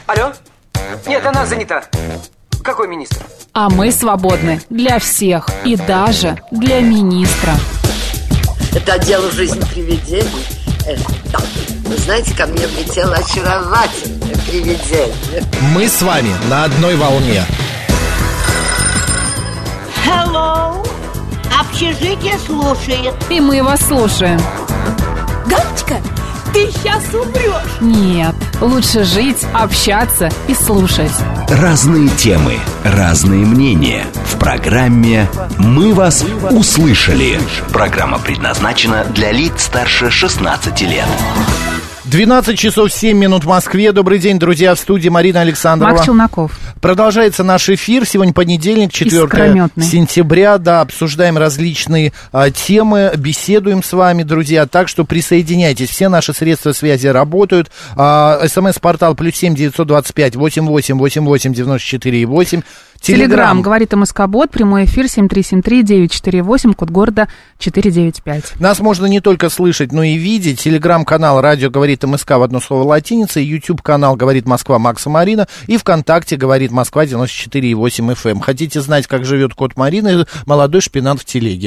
Алло? Нет, она занята. Какой министр? А мы свободны для всех и даже для министра. Это отдел «Жизнь привидений». Да. Вы знаете, ко мне влетело очаровательное привидение. Мы с вами на одной волне. Hello. Общежитие слушает. И мы вас слушаем. Галочка, ты сейчас умрешь. Нет, лучше жить, общаться и слушать. Разные темы, разные мнения. В программе «Мы вас услышали». Программа предназначена для лиц старше 16 лет. 12 часов 7 минут в Москве. Добрый день, друзья, в студии Марина Александрова. Макс Челноков. Продолжается наш эфир. Сегодня понедельник, 4 сентября. Да, обсуждаем различные темы, беседуем с вами, друзья. Так что присоединяйтесь. Все наши средства связи работают. СМС-портал +7 925 88 88 94 8. Телеграм, говорит МСК-бот, прямой эфир 7373-948, код города 495. Нас можно не только слышать, но и видеть. Телеграм-канал «Радио говорит МСК» в одно слово латиница, YouTube-канал «Говорит Москва» Макса Марина и ВКонтакте «Говорит Москва» 94,8 FM. Хотите знать, как живет кот Марины? Молодой шпинат в телеге.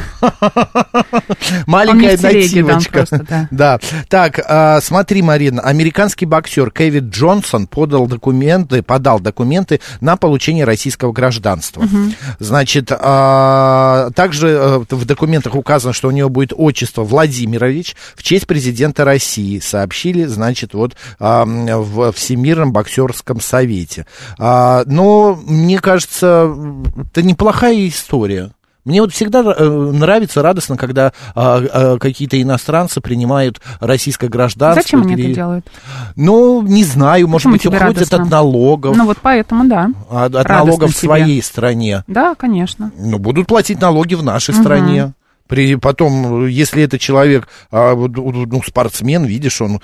Маленькая нативочка. Да. Так, смотри, Марина, американский боксер Кевин Джонсон подал документы на получение российского гражданства. Значит, также в документах указано, что у него будет отчество Владимирович в честь президента России, сообщили, значит, вот в Всемирном боксерском совете. Но, мне кажется, это неплохая история. Мне вот всегда нравится, радостно, когда какие-то иностранцы принимают российское гражданство. Зачем они это делают? Ну, не знаю, может быть, уходят от налогов. Ну, вот поэтому, да. От налогов в своей стране. Да, конечно. Ну, будут платить налоги в нашей стране. Потом, если это человек, спортсмен, видишь, он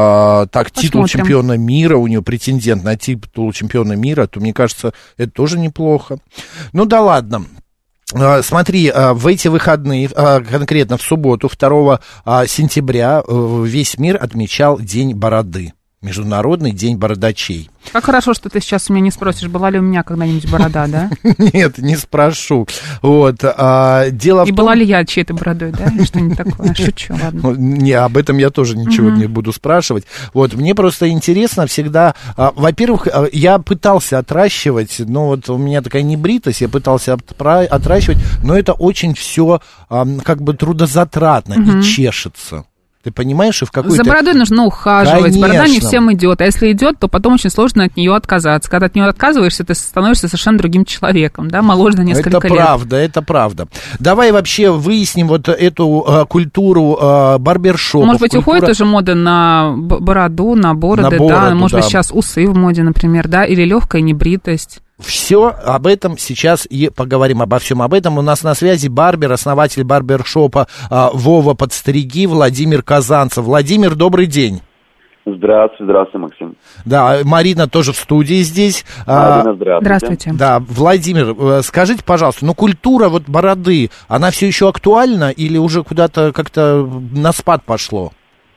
титул чемпиона мира, у него претендент на титул чемпиона мира, то, мне кажется, это тоже неплохо. Ну, да ладно. Смотри, в эти выходные, конкретно в субботу, 2 сентября, весь мир отмечал День бороды. Международный день бородачей. Как хорошо, что ты сейчас у меня не спросишь, была ли у меня когда-нибудь борода, да? Нет, не спрошу. Вот, дело в том... была ли я чьей-то бородой, да? Или что-нибудь такое? Шучу, ладно. Не, об этом я тоже ничего не буду спрашивать. Вот, мне просто интересно всегда... Во-первых, я пытался отращивать, но вот у меня такая небритость, я пытался отращивать, но это очень все как бы трудозатратно и чешется. Ты понимаешь, и в какой-то... За бородой нужно ухаживать. Конечно. Борода не всем идет. А если идет, то потом очень сложно от нее отказаться. Когда от нее отказываешься, ты становишься совершенно другим человеком, да, моложе на несколько лет. Это правда. Давай вообще выясним вот эту культуру барбершопов. Может быть, уходит уже мода на бороду, на бороды, да? Может быть, сейчас усы в моде, например, да? Или легкая небритость. Все об этом сейчас и поговорим, обо всем об этом. У нас на связи барбер, основатель барбершопа Вова Подстриги Владимир Казанцев. Владимир, добрый день. Здравствуй, Максим. Да, Марина тоже в студии здесь. Марина, здравствуйте. Да, Владимир, скажите, пожалуйста, культура вот бороды, она все еще актуальна или уже куда-то как-то на спад пошло?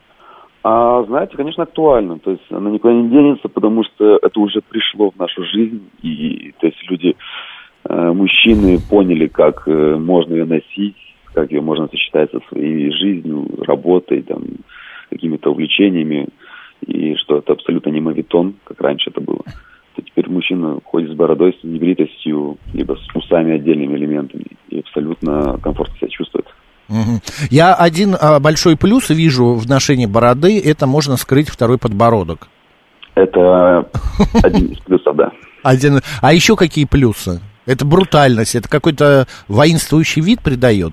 Знаете, конечно, актуально. То есть она никуда не денется, потому что это уже пришло в нашу жизнь. И то есть люди, мужчины поняли, как можно ее носить, как ее можно сочетать со своей жизнью, работой, там, какими-то увлечениями. И что это абсолютно не моветон, как раньше это было. То теперь мужчина ходит с бородой, с небритостью, либо с усами, отдельными элементами. И абсолютно комфортно себя чувствует. Я один большой плюс вижу в ношении бороды, это можно скрыть второй подбородок. Это один из плюсов, да. А еще какие плюсы? Это брутальность, это какой-то воинствующий вид придает?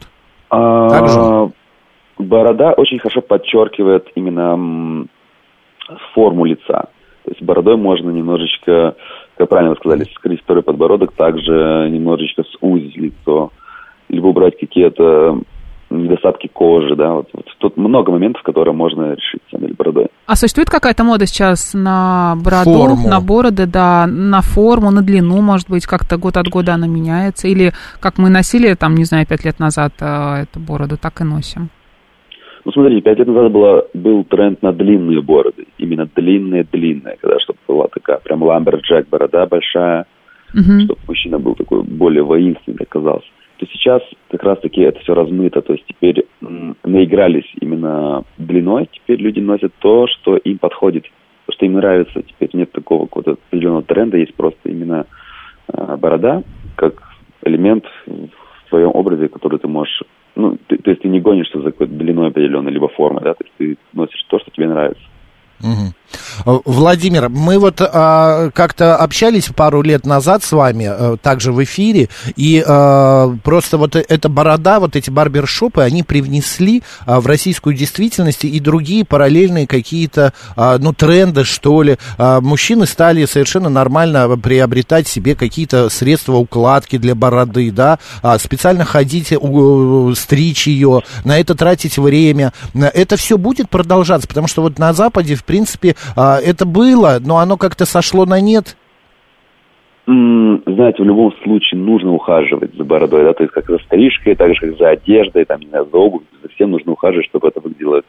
Борода очень хорошо подчеркивает именно форму лица. То есть бородой можно немножечко, как правильно вы сказали, скрыть второй подбородок, также немножечко сузить лицо, либо убрать какие-то недостатки кожи, да, вот тут много моментов, которые можно решить самой бородой. А существует какая-то мода сейчас на бороду, форму, на бороды, да, на форму, на длину, может быть, как-то год от года она меняется, или как мы носили, там, не знаю, 5 лет назад эту бороду, так и носим? Ну, смотрите, 5 лет назад был тренд на длинные бороды, именно длинные, когда чтобы была такая прям ламберджек, борода большая, чтобы мужчина был такой более воинственный оказался. То сейчас как раз-таки это все размыто, то есть теперь наигрались именно длиной, теперь люди носят то, что им подходит, то, что им нравится. Теперь нет такого какого-то определенного тренда, есть просто именно борода, как элемент в твоем образе, который ты можешь... Ну, то есть ты не гонишься за какой-то длиной определенной, либо формой, да, то есть ты носишь то, что тебе нравится. Владимир, мы вот как-то общались пару лет назад с вами, также в эфире, и просто вот эта борода, вот эти барбершопы, они привнесли в российскую действительность и другие параллельные какие-то, тренды, что ли. Мужчины стали совершенно нормально приобретать себе какие-то средства укладки для бороды, да, специально ходить, стричь ее, на это тратить время. Это все будет продолжаться, потому что вот на Западе, в принципе, это было, но оно как-то сошло на нет. Знаете, в любом случае нужно ухаживать за бородой, да, то есть как за стрижкой, так же как за одеждой, там, не знаю, за обувью, за всем нужно ухаживать, чтобы это выглядело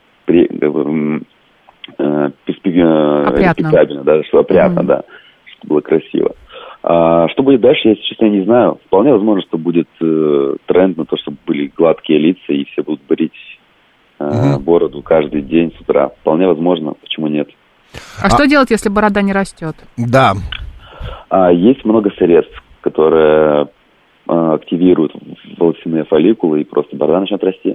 респектабельно, да, чтобы опрятно, да, чтобы было красиво. Что будет дальше, я, честно, не знаю. Вполне возможно, что будет тренд на то, чтобы были гладкие лица и все будут брить бороду каждый день с утра. Вполне возможно, почему нет. А что делать, если борода не растет? Да. Есть много средств, которые активируют волосяные фолликулы, и просто борода начнет расти.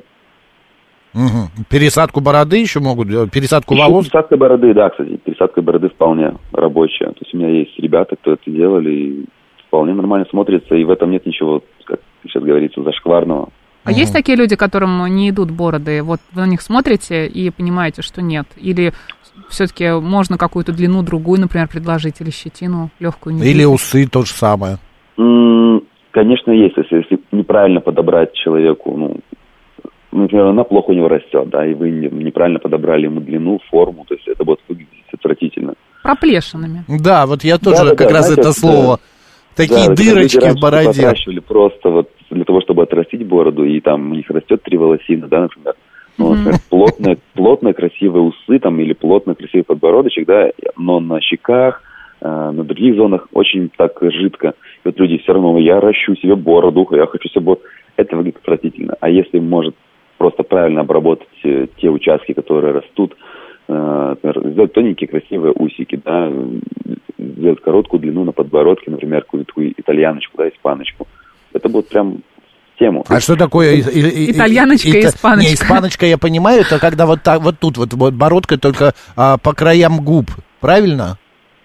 Пересадку бороды еще могут делать? Пересадку волос? Пересадка бороды, да, кстати. Пересадка бороды вполне рабочая. То есть у меня есть ребята, кто это делали, и вполне нормально смотрится, и в этом нет ничего, как сейчас говорится, зашкварного. А есть такие люди, которым не идут бороды? Вот вы на них смотрите и понимаете, что нет? Или все-таки можно какую-то длину другую, например, предложить, или щетину легкую? Или усы, то же самое? Конечно, есть. Если неправильно подобрать человеку, например, она плохо у него растет, да, и вы неправильно подобрали ему длину, форму, то есть это будет выглядеть отвратительно. Проплешинами. Да, вот я тоже раз это слово. Такие дырочки в бороде. Отращивали просто вот для того, чтобы отрастить бороду, и там у них растет 3 волосины, да, например. Например, плотные красивые усы там или плотный красивый подбородочек, да, но на щеках, на других зонах очень так жидко. И вот люди все равно, я ращу себе бороду, я хочу себе бороду. Это выглядит отвратительно. А если может просто правильно обработать те участки, которые растут, например, сделать тоненькие красивые усики, да, сделать короткую длину на подбородке, например, какую-то итальяночку, да, испаночку. Это будет прям тему. А что такое итальяночка и испаночка? Не, испаночка, я понимаю, это когда вот так вот тут вот бородка только по краям губ, правильно?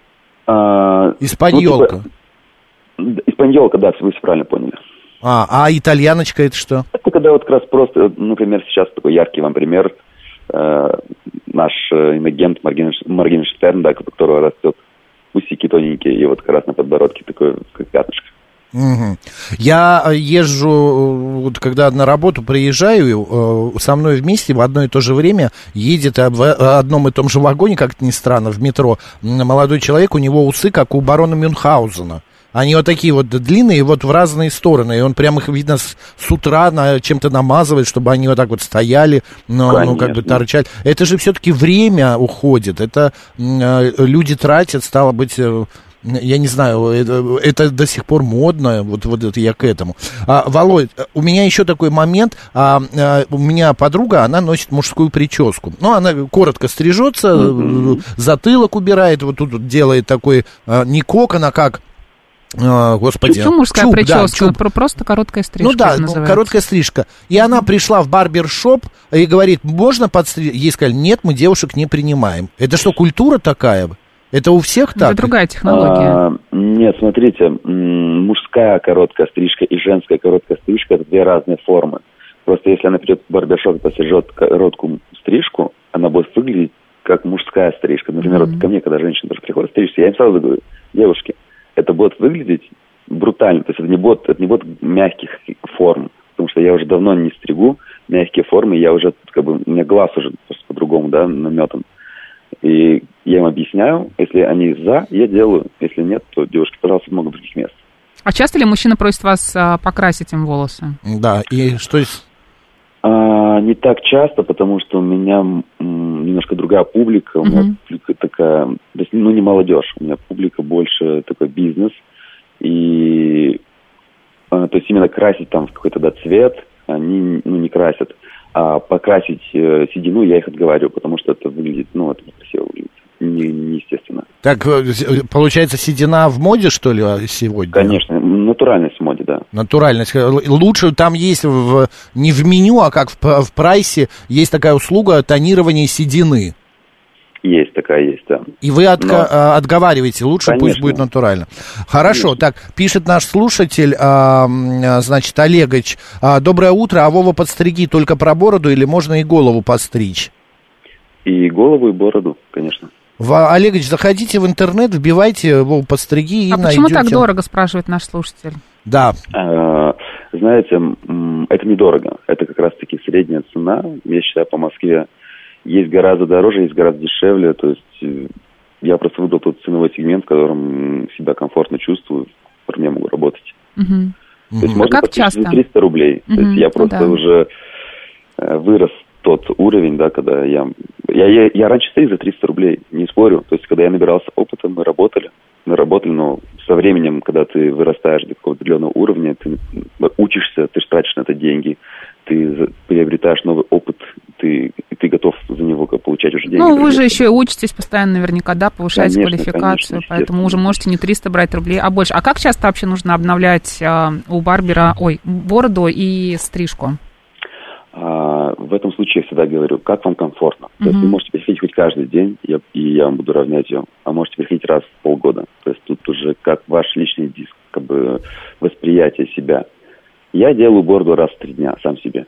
Испаньолка. Испаньолка, да, вы все правильно поняли. А итальяночка это что? Это когда вот как раз просто, например, сейчас такой яркий вам пример, наш инагент Моргенштерн, да, у которого растет усики тоненькие, и вот как раз на подбородке такое, как пятнышко. Я езжу, вот когда на работу приезжаю, со мной вместе в одно и то же время едет в одном и том же вагоне, как это ни странно, в метро, молодой человек, у него усы, как у барона Мюнхгаузена. Они вот такие вот длинные, вот в разные стороны. И он прям их, видно, с утра чем-то намазывает, чтобы они вот так вот стояли, как бы торчали. Это же все-таки время уходит. Это люди тратят, стало быть, я не знаю, это до сих пор модно. Вот это я к этому. Володь, у меня еще такой момент. У меня подруга, она носит мужскую прическу. Ну, она коротко стрижется, затылок убирает, вот тут делает такой не кокон, а как... Господи. Чуб, мужская прическа, да, просто короткая стрижка. Ну да, короткая стрижка. И она пришла в барбершоп и говорит, можно подстричь? Ей сказали, нет, мы девушек не принимаем. Это что, культура такая? Это у всех так? Это другая технология. Нет, смотрите, мужская короткая стрижка и женская короткая стрижка — это две разные формы. Просто если она придет в барбершоп и пострижет короткую стрижку, она будет выглядеть как мужская стрижка. Например, вот ко мне, когда женщина даже приходит стричься, я им сразу говорю, девушки, это будет выглядеть брутально, то есть это не будет мягких форм, потому что я уже давно не стригу мягкие формы, я уже, как бы, у меня глаз уже просто по-другому, да, наметан. И я им объясняю, если они за, я делаю, если нет, то девушки, пожалуйста, много других мест. А часто ли мужчина просит вас покрасить им волосы? Да, и что из... Не так часто, потому что у меня немножко другая публика, у меня публика такая, то есть не молодежь, у меня публика больше такой бизнес, и то есть именно красить там в какой-то цвет они не красят, а покрасить седину я их отговариваю, потому что это выглядит, это некрасиво выглядит, неестественно. Так, получается, седина в моде, что ли, сегодня? Конечно, натуральность в моде, да. Натуральность. Лучше там есть не в меню, а как в прайсе есть такая услуга тонирования седины. Есть такая, есть, да. И вы отговариваете, лучше конечно. Пусть будет натурально. Хорошо, конечно. Так, пишет наш слушатель, значит, Олегович. Доброе утро, а Вова, подстриги только про бороду или можно и голову подстричь? И голову, и бороду, конечно. Олегович, заходите в интернет, вбивайте Вова, подстриги и найдете. А почему так дорого, спрашивает наш слушатель? Да. Знаете, это недорого. Это как раз-таки средняя цена, я считаю, по Москве. Есть гораздо дороже, есть гораздо дешевле. То есть я просто выбрал тот ценовой сегмент, в котором себя комфортно чувствую, в котором я могу работать. То есть можно подписать за 300 рублей. То есть я просто уже вырос тот уровень, да, когда я раньше стриг за 300 рублей, не спорю. То есть когда я набирался опыта, мы работали, но со временем, когда ты вырастаешь до какого-то определенного уровня, ты учишься, ты тратишь на это деньги, ты приобретаешь новый опыт, ты готов за него получать уже деньги. Ну, вы же еще и учитесь постоянно наверняка, да, повышаете квалификацию, поэтому уже можете не 300 брать рублей, а больше. А как часто вообще нужно обновлять у барбера, бороду и стрижку? В этом случае я всегда говорю, как вам комфортно. То есть вы можете приходить хоть каждый день, и я вам буду равнять ее, а можете приходить раз в полгода. То есть тут уже как ваш личный диск, как бы восприятие себя. Я делаю бороду раз в 3 дня, сам себе.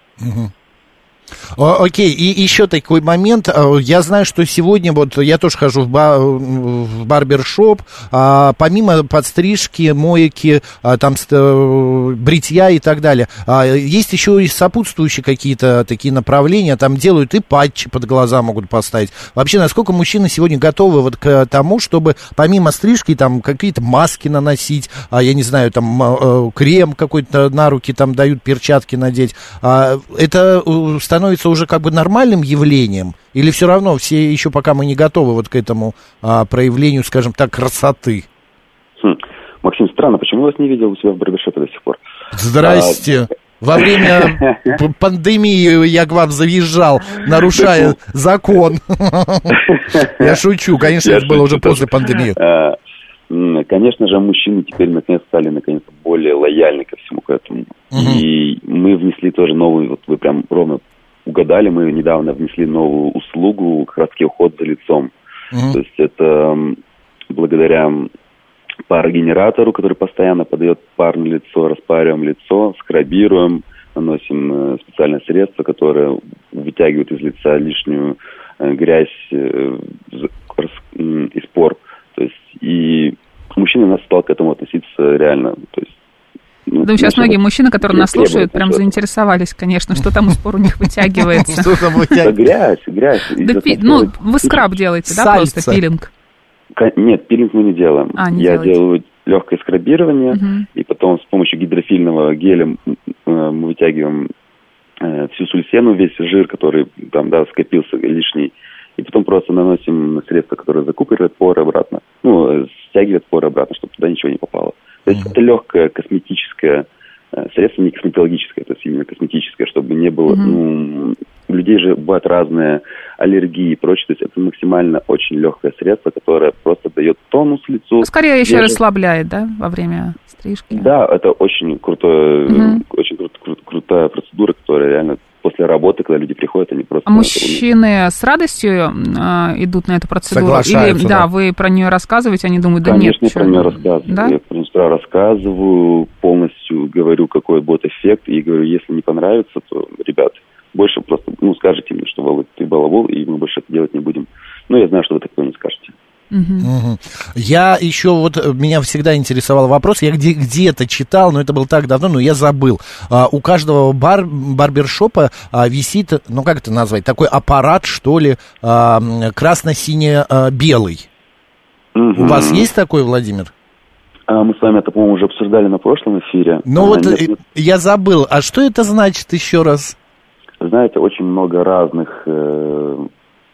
Окей, и еще такой момент. Я знаю, что сегодня, вот я тоже хожу в барбершоп, помимо подстрижки, мойки, там бритья и так далее, есть еще и сопутствующие какие-то такие направления, там делают и патчи под глаза могут поставить. Вообще, насколько мужчины сегодня готовы вот к тому, чтобы помимо стрижки там какие-то маски наносить, я не знаю, там крем какой-то на руки там дают, перчатки надеть. Это становится уже как бы нормальным явлением? Или все равно все еще пока мы не готовы вот к этому проявлению, скажем так, красоты? Максим, странно, почему я вас не видел у себя в барбершопе до сих пор? Здрасте. Во время пандемии я к вам заезжал, нарушая закон. Я шучу, конечно, это было уже после пандемии. Конечно же, мужчины теперь наконец стали более лояльны ко всему к этому. И мы внесли тоже новую, вот вы прям ровно угадали, мы недавно внесли новую услугу, как раз таки уход за лицом. То есть это благодаря парогенератору, который постоянно подает пар на лицо, распариваем лицо, скрабируем, наносим специальное средство, которое вытягивает из лица лишнюю грязь из пор. То есть и мужчины нас стал к этому относиться реально. То есть, сейчас многие мужчины, которые нас слушают, прям заинтересовались, конечно, что там из пор у них вытягивается. Грязь. Вы скраб делаете, да, просто пилинг? Нет, пилинг мы не делаем. Я делаю легкое скрабирование, и потом с помощью гидрофильного геля мы вытягиваем всю сульсену, весь жир, который там, скопился лишний, и потом просто наносим средство, которое закупоривает поры обратно. Стягивает поры обратно, чтобы туда ничего не попало. То есть это легкое косметическое средство, не косметологическое, то есть именно косметическое, чтобы не было... у людей же бывают разные аллергии и прочее. То есть это максимально очень легкое средство, которое просто дает тонус лицу. Скорее еще расслабляет, да, во время стрижки? Да, это очень крутая процедура, которая реально после работы, когда люди приходят, они просто... А мужчины с радостью идут на эту процедуру? Или, да, вы про нее рассказываете, они думают, да конечно, нет. Конечно, про нее рассказываю. Да? Я про нее рассказываю, полностью говорю, какой будет эффект, и говорю, если не понравится, то, ребят, больше просто, скажите мне, что, Володь, ты балабол, и мы больше это делать не будем. Я знаю, что вы такое не скажете. Я еще меня всегда интересовал вопрос, я где-то читал, но это было так давно, но я забыл. У каждого барбершопа висит, как это назвать, такой аппарат, что ли, красно-сине-белый. У вас есть такой, Владимир? Мы с вами это, по-моему, уже обсуждали на прошлом эфире. Я забыл. А что это значит еще раз? Знаете, очень много разных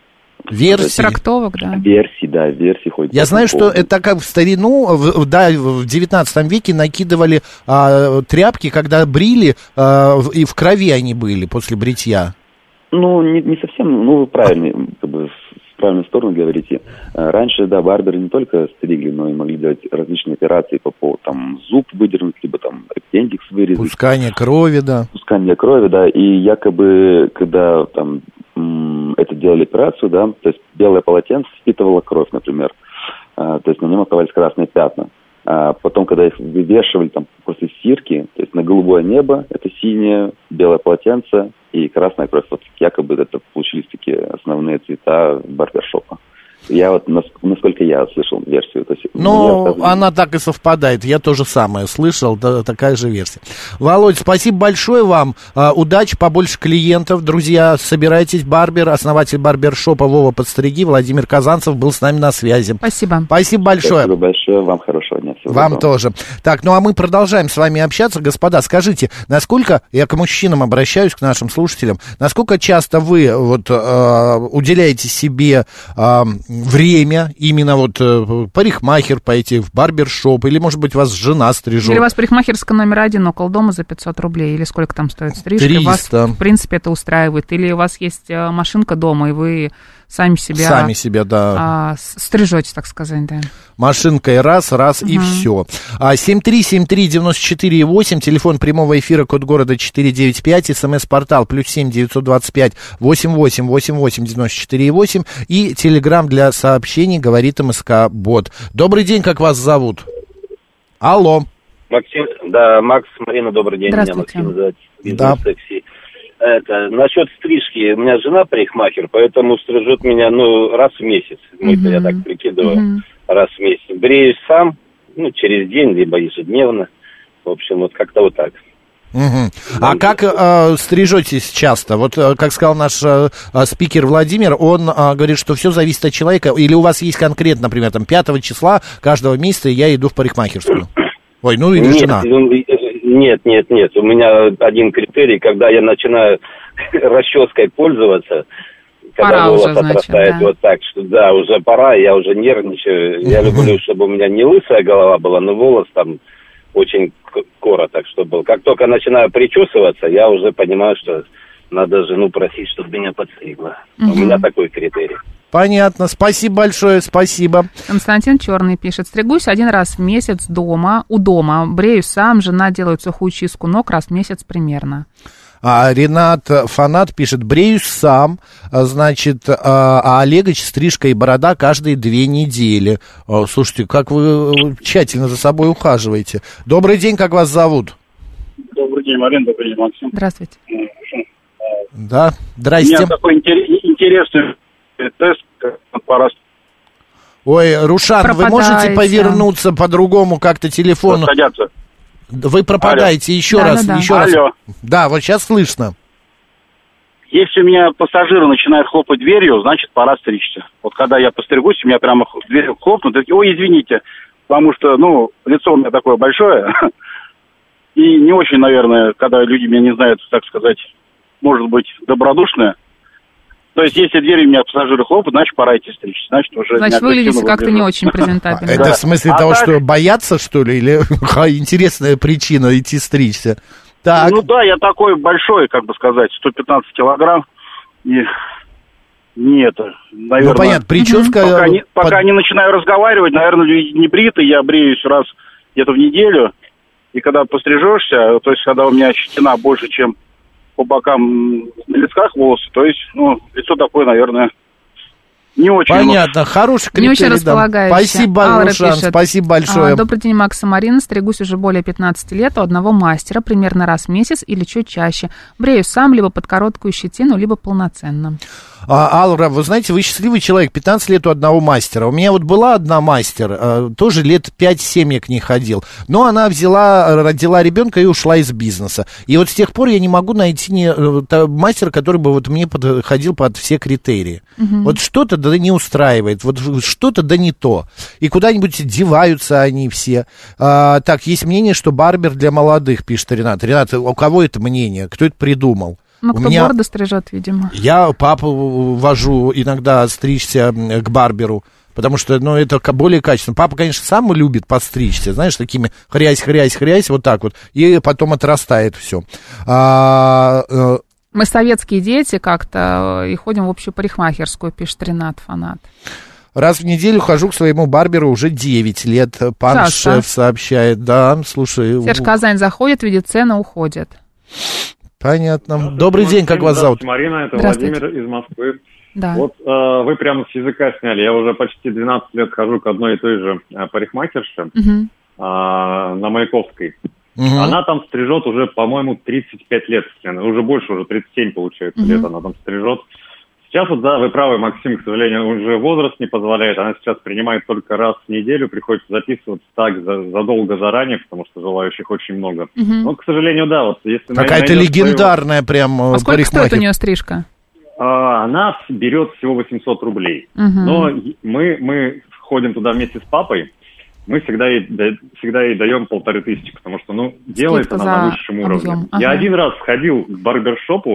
Версий. Трактовок, да. Версий ходит. Я знаю, что это как в старину, в 19 веке накидывали тряпки, когда брили, и в крови они были после бритья. Ну, не совсем, вы правильно, как бы в правильную сторону говорите. Раньше, барберы не только стригли, но и могли делать различные операции по поводу, зуб выдернуть, либо аппендикс вырезать. Пускание крови, да. И якобы, когда это делали операцию, то есть белое полотенце впитывало кровь, например. То есть на нем оставались красные пятна. А потом, когда их вывешивали после стирки, то есть на голубое небо, это синее, белое полотенце и красная кровь. Вот якобы это получились такие основные цвета барбершопа. Я насколько я слышал версию. То есть, она так и совпадает. Я тоже самое слышал, такая же версия. Володь, спасибо большое вам. Удачи, побольше клиентов. Друзья, собирайтесь. Барбер, основатель барбершопа Вова Подстриги, Владимир Казанцев был с нами на связи. Спасибо. Спасибо большое. Спасибо большое. Вам хорошего дня. Всего вам доброго. тоже. Так, а мы продолжаем с вами общаться. Господа, скажите, насколько, я к мужчинам обращаюсь, к нашим слушателям, насколько часто вы уделяете себе время, именно парикмахер пойти, в барбершоп, или, может быть, вас жена стрижет. Или у вас парикмахерская номер 1 около дома за 500 рублей, или сколько там стоит стрижка. 300. Вас, в принципе, это устраивает. Или у вас есть машинка дома, и вы сами себя стрижете, так сказать, да. Машинкой раз, и все. 7373948, телефон прямого эфира, код города 495, смс-портал +7 925 88 88 94,8 и телеграм для сообщений говорит МСК Бот. Добрый день, как вас зовут? Алло. Максим, да, Макс, Марина, добрый день, меня Максим зовут, бизнес-такси. Насчет стрижки, у меня жена парикмахер, поэтому стрижет меня, раз в месяц, я так прикидываю, раз в месяц. Бреюсь сам, через день, либо ежедневно, в общем, как-то вот так. А как стрижетесь часто? Как сказал наш спикер Владимир, он говорит, что все зависит от человека. Или у вас есть конкретно, например, 5 числа каждого месяца я иду в парикмахерскую? Или жена? Нет. У меня один критерий, когда я начинаю расческой пользоваться, когда волос отрастает так, что уже пора, я уже нервничаю. Я люблю, чтобы у меня не лысая голова была, но волос очень короток, чтобы был. Как только начинаю причесываться, я уже понимаю, что надо жену просить, чтобы меня подстригла. У меня такой критерий. Понятно, спасибо большое, спасибо. Константин Черный пишет: стригусь 1 раз в месяц у дома, бреюсь сам, жена делает сухую чистку ног раз в месяц примерно. Ренат Фанат пишет: бреюсь сам, а Олегович стрижка и борода каждые 2 недели. Слушайте, как вы тщательно за собой ухаживаете. Добрый день, как вас зовут? Добрый день, Марина, добрый день, Максим. Здравствуйте. Да, здрасте. У меня такой интересный тест по росту. Ой, Рушан, вы можете повернуться по-другому как-то телефону? Садятся. Вы пропадаете. Алло. Еще раз. Алло. Да, вот сейчас слышно. Если у меня пассажиры начинают хлопать дверью, значит, пора стричься. Когда я постригусь, у меня прямо дверь хлопнут, ой, извините, потому что, лицо у меня такое большое, и не очень, наверное, когда люди меня не знают, так сказать, может быть, добродушные. То есть, если двери у меня пассажиры хлопают, значит, пора идти стричься. Значит, выглядите как-то не очень презентабельно. Это в смысле того, что боятся, что ли? Или интересная причина идти стричься? Так. Я такой большой, 115 килограмм. И не это, наверное... понятно, прическа... Пока не начинаю разговаривать, наверное, не бритый, я бреюсь раз где-то в неделю. И когда пострижешься, то есть, когда у меня щетина больше, чем по бокам на висках волосы, то есть, лицо такое, наверное, не очень... Понятно, хороший критерий. Не очень располагающий. Спасибо, Рушан, спасибо большое. Добрый день, Макс и Марина. Стригусь уже более 15 лет у одного мастера, примерно раз в месяц или чуть чаще. Бреюсь сам либо под короткую щетину, либо полноценно. Алла, вы знаете, вы счастливый человек, 15 лет у одного мастера. У меня была одна мастер, тоже лет 5-7 я к ней ходил. Но она родила ребенка и ушла из бизнеса. И с тех пор я не могу найти мастера, который бы мне подходил под все критерии. Что-то не устраивает, что-то не то. И куда-нибудь деваются они все. Так, есть мнение, что барбер для молодых, пишет Ренат. Ренат, у кого это мнение? Кто это придумал? Ну, кто бороду стрижет, видимо. Я папу вожу иногда стричься к барберу, потому что, ну, это более качественно. Папа, конечно, сам любит подстричься, знаешь, такими хрясь, вот так вот, и потом отрастает все. Мы советские дети как-то и ходим в общую парикмахерскую, пишет Ренат, фанат. Раз в неделю хожу к своему барберу уже 9 лет, пан шеф сообщает. Да, слушай. Серж Казань заходит, видит цены, уходит. Понятно. Добрый день, как вас зовут? Марина, это Владимир из Москвы. Да. Вот вы прямо с языка сняли. Я уже почти 12 лет хожу к одной и той же парикмахерше на Маяковской. Она там стрижет уже, по-моему, 35 лет. Уже больше, уже 37, получается, лет она там стрижет. Сейчас вот, да, вы правы, Максим, к сожалению, уже возраст не позволяет. Она сейчас принимает только раз в неделю, приходится записываться так задолго заранее, потому что желающих очень много. Но, к сожалению, да, вот если... Какая-то легендарная прям парикмахер. А сколько стоит у нее стрижка? Она берет всего 800 рублей. Но мы ходим туда вместе с папой. Мы всегда ей даем 1500, потому что, ну, делает она на высшем уровне. Я один раз сходил к барбершоп,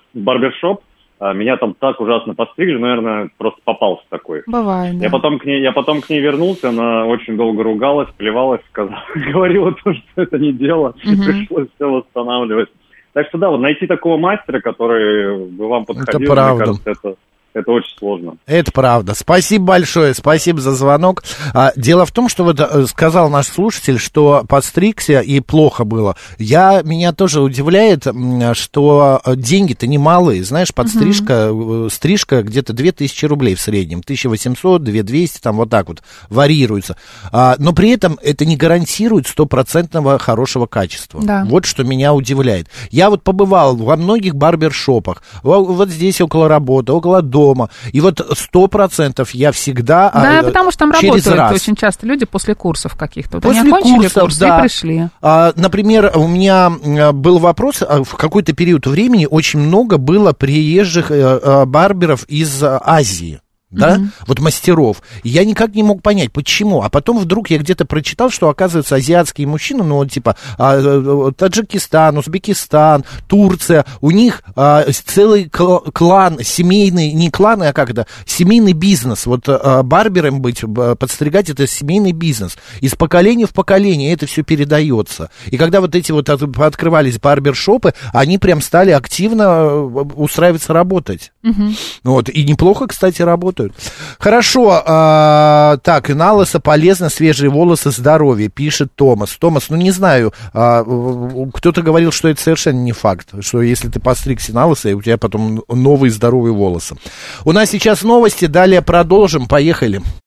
меня там так ужасно подстригли, наверное, просто попался такой. Бывает, да. Я потом к ней вернулся, она очень долго ругалась, плевалась, говорила то, что это не дело, и пришлось все восстанавливать. Так что да, вот найти такого мастера, который бы вам подходил, мне кажется, это очень сложно. Это правда. Спасибо большое, спасибо за звонок. Дело в том, что вот сказал наш слушатель, что подстригся и плохо было. Меня тоже удивляет, что деньги-то немалые. Знаешь, стрижка где-то 2000 рублей в среднем. 1800, 2200, там вот так вот варьируется. Но при этом это не гарантирует стопроцентного хорошего качества. Да. Вот что меня удивляет. Я вот побывал во многих барбершопах. Вот здесь около работы, около дома. И вот 100% я всегда Да, потому что там работают очень часто люди после курсов каких-то. Вот они окончили курс и пришли. Например, у меня был вопрос, в какой-то период времени очень много было приезжих барберов из Азии. Да, вот мастеров. И я никак не мог понять, почему. А потом вдруг я где-то прочитал, что, оказывается, азиатские мужчины, ну, вот типа Таджикистан, Узбекистан, Турция, у них целый клан, семейный, не клан, а как это, семейный бизнес. Вот барбером быть, подстригать, это семейный бизнес. Из поколения в поколение это все передается. И когда вот эти вот открывались барбершопы, они прям стали активно устраиваться работать. Вот. И неплохо, кстати, работают. Хорошо, так, и на лысо полезно, свежие волосы, здоровье, пишет Томас. Томас, ну не знаю, кто-то говорил, что это совершенно не факт, что если ты постригся на лысо, у тебя потом новые здоровые волосы. У нас сейчас новости, далее продолжим, поехали.